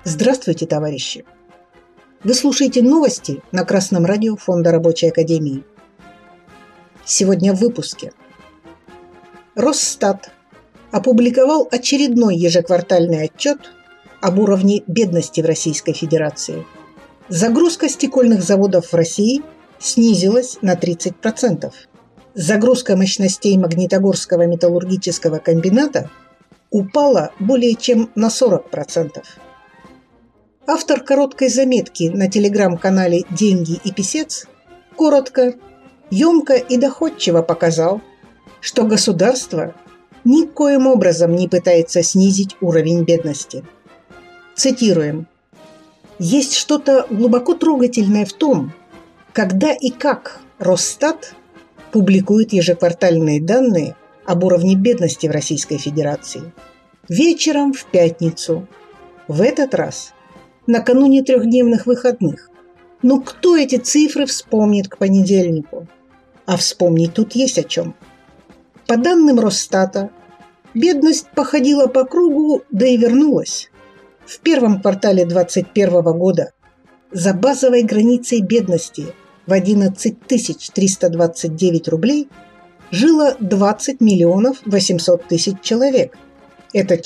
Здравствуйте, товарищи! Вы слушаете новости на Красном радио Фонда Рабочей Академии. Сегодня в выпуске. Росстат опубликовал очередной ежеквартальный отчет об уровне бедности в Российской Федерации. Загрузка стекольных заводов в России снизилась на 30%. Загрузка мощностей Магнитогорского металлургического комбината упала более чем на 40%. Автор короткой заметки на телеграм-канале «Деньги и писец» коротко, емко и доходчиво показал, что государство никоим образом не пытается снизить уровень бедности. Цитируем. «Есть что-то глубоко трогательное в том, когда и как Росстат публикует ежеквартальные данные об уровне бедности в Российской Федерации. Вечером в пятницу. В этот раз накануне трехдневных выходных. Но кто эти цифры вспомнит к понедельнику? А вспомнить тут есть о чем. По данным Росстата, бедность походила по кругу, да и вернулась. В первом квартале 2021 года за базовой границей бедности в 11 329 рублей жило 20 миллионов 800 тысяч человек. Это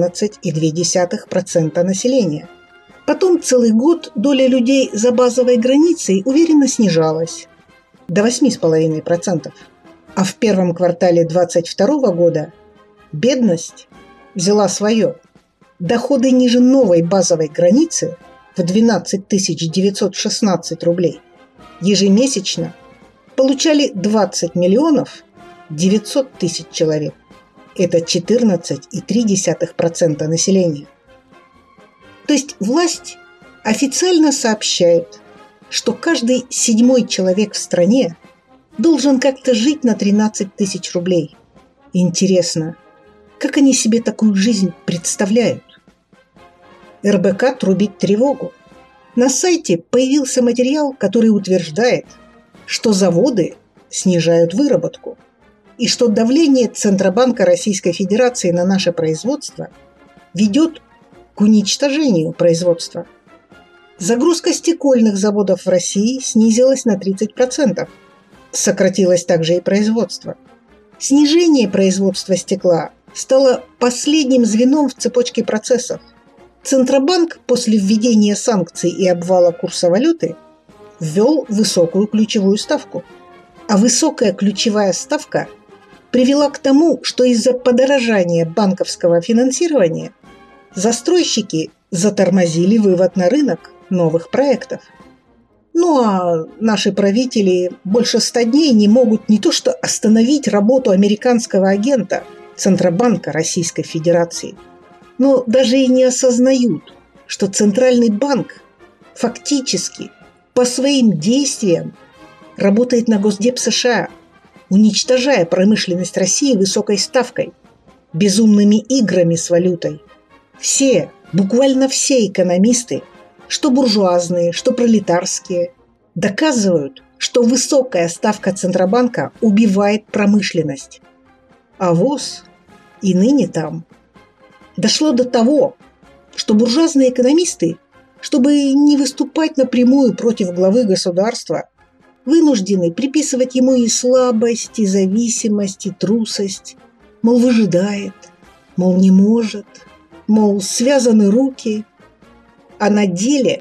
14,2% населения. Потом целый год доля людей за базовой границей уверенно снижалась до 8,5%. А в первом квартале 2022 года бедность взяла свое. Доходы ниже новой базовой границы в 12 916 рублей ежемесячно получали 20 миллионов 900 тысяч человек. Это 14,3% населения. То есть власть официально сообщает, что каждый седьмой человек в стране должен как-то жить на 13 тысяч рублей. Интересно, как они себе такую жизнь представляют? РБК трубит тревогу. На сайте появился материал, который утверждает, что заводы снижают выработку и что давление Центробанка Российской Федерации на наше производство ведет к уничтожению производства. Загрузка стекольных заводов в России снизилась на 30%. Сократилось также и производство. Снижение производства стекла стало последним звеном в цепочке процессов. Центробанк после введения санкций и обвала курса валюты ввел высокую ключевую ставку. А высокая ключевая ставка привела к тому, что из-за подорожания банковского финансирования застройщики затормозили вывод на рынок новых проектов. Ну а наши правители больше 100 дней не могут не то что остановить работу американского агента Центробанка Российской Федерации, но даже и не осознают, что Центральный банк фактически по своим действиям работает на Госдеп США, уничтожая промышленность России высокой ставкой, безумными играми с валютой. Все, буквально все экономисты, что буржуазные, что пролетарские, доказывают, что высокая ставка Центробанка убивает промышленность. А ВОЗ и ныне там. Дошло до того, что буржуазные экономисты, чтобы не выступать напрямую против главы государства, вынуждены приписывать ему и слабость, и зависимость, и трусость. Мол, выжидает, мол, не может, мол, связаны руки. А на деле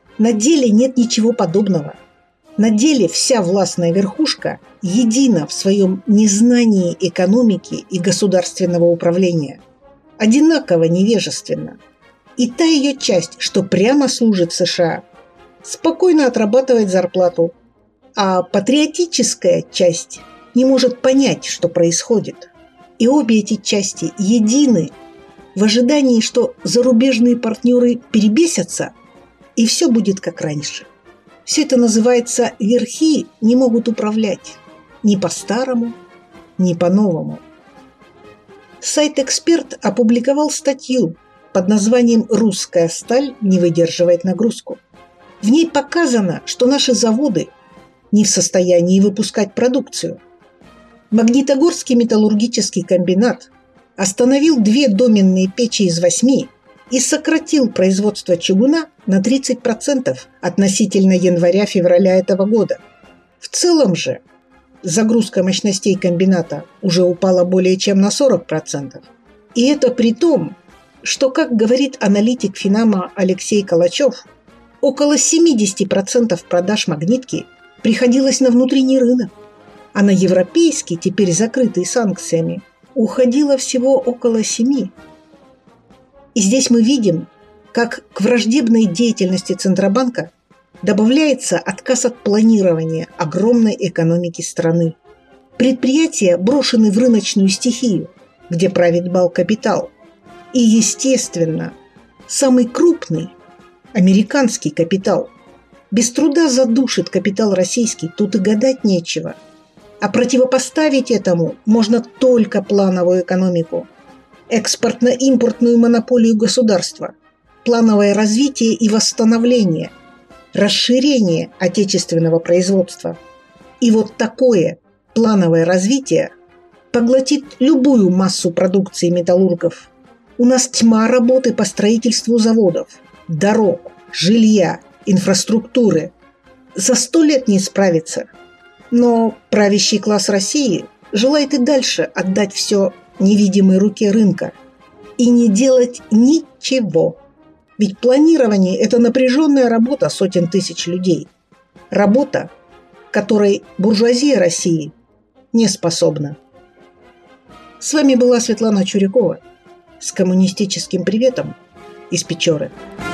нет ничего подобного. На деле вся властная верхушка едина в своем незнании экономики и государственного управления. Одинаково невежественна. И та ее часть, что прямо служит США, спокойно отрабатывает зарплату, а патриотическая часть не может понять, что происходит. И обе эти части едины в ожидании, что зарубежные партнеры перебесятся, и все будет как раньше. Все это называется «верхи не могут управлять» ни по-старому, ни по-новому. Сайт «Эксперт» опубликовал статью под названием «Русская сталь не выдерживает нагрузку». В ней показано, что наши заводы не в состоянии выпускать продукцию. Магнитогорский металлургический комбинат остановил 2 доменные печи из 8 и сократил производство чугуна на 30% относительно января-февраля этого года. В целом же загрузка мощностей комбината уже упала более чем на 40%. И это при том, что, как говорит аналитик Финама Алексей Калачев, около 70% продаж магнитки приходилось на внутренний рынок, а на европейский, теперь закрытый санкциями, уходило всего около 7%. И здесь мы видим, как к враждебной деятельности Центробанка добавляется отказ от планирования огромной экономики страны. Предприятия брошены в рыночную стихию, где правит бал капитал. И, естественно, самый крупный – американский капитал. Без труда задушит капитал российский, тут и гадать нечего. А противопоставить этому можно только плановую экономику, экспортно-импортную монополию государства, плановое развитие и восстановление, расширение отечественного производства. И вот такое плановое развитие поглотит любую массу продукции металлургов. У нас тьма работы по строительству заводов, дорог, жилья, инфраструктуры. За 100 лет не справится. Но правящий класс России желает и дальше отдать все невидимой руке рынка и не делать ничего. Ведь планирование – это напряженная работа сотен тысяч людей. Работа, которой буржуазия России не способна. С вами была Светлана Чурякова с коммунистическим приветом из Печоры.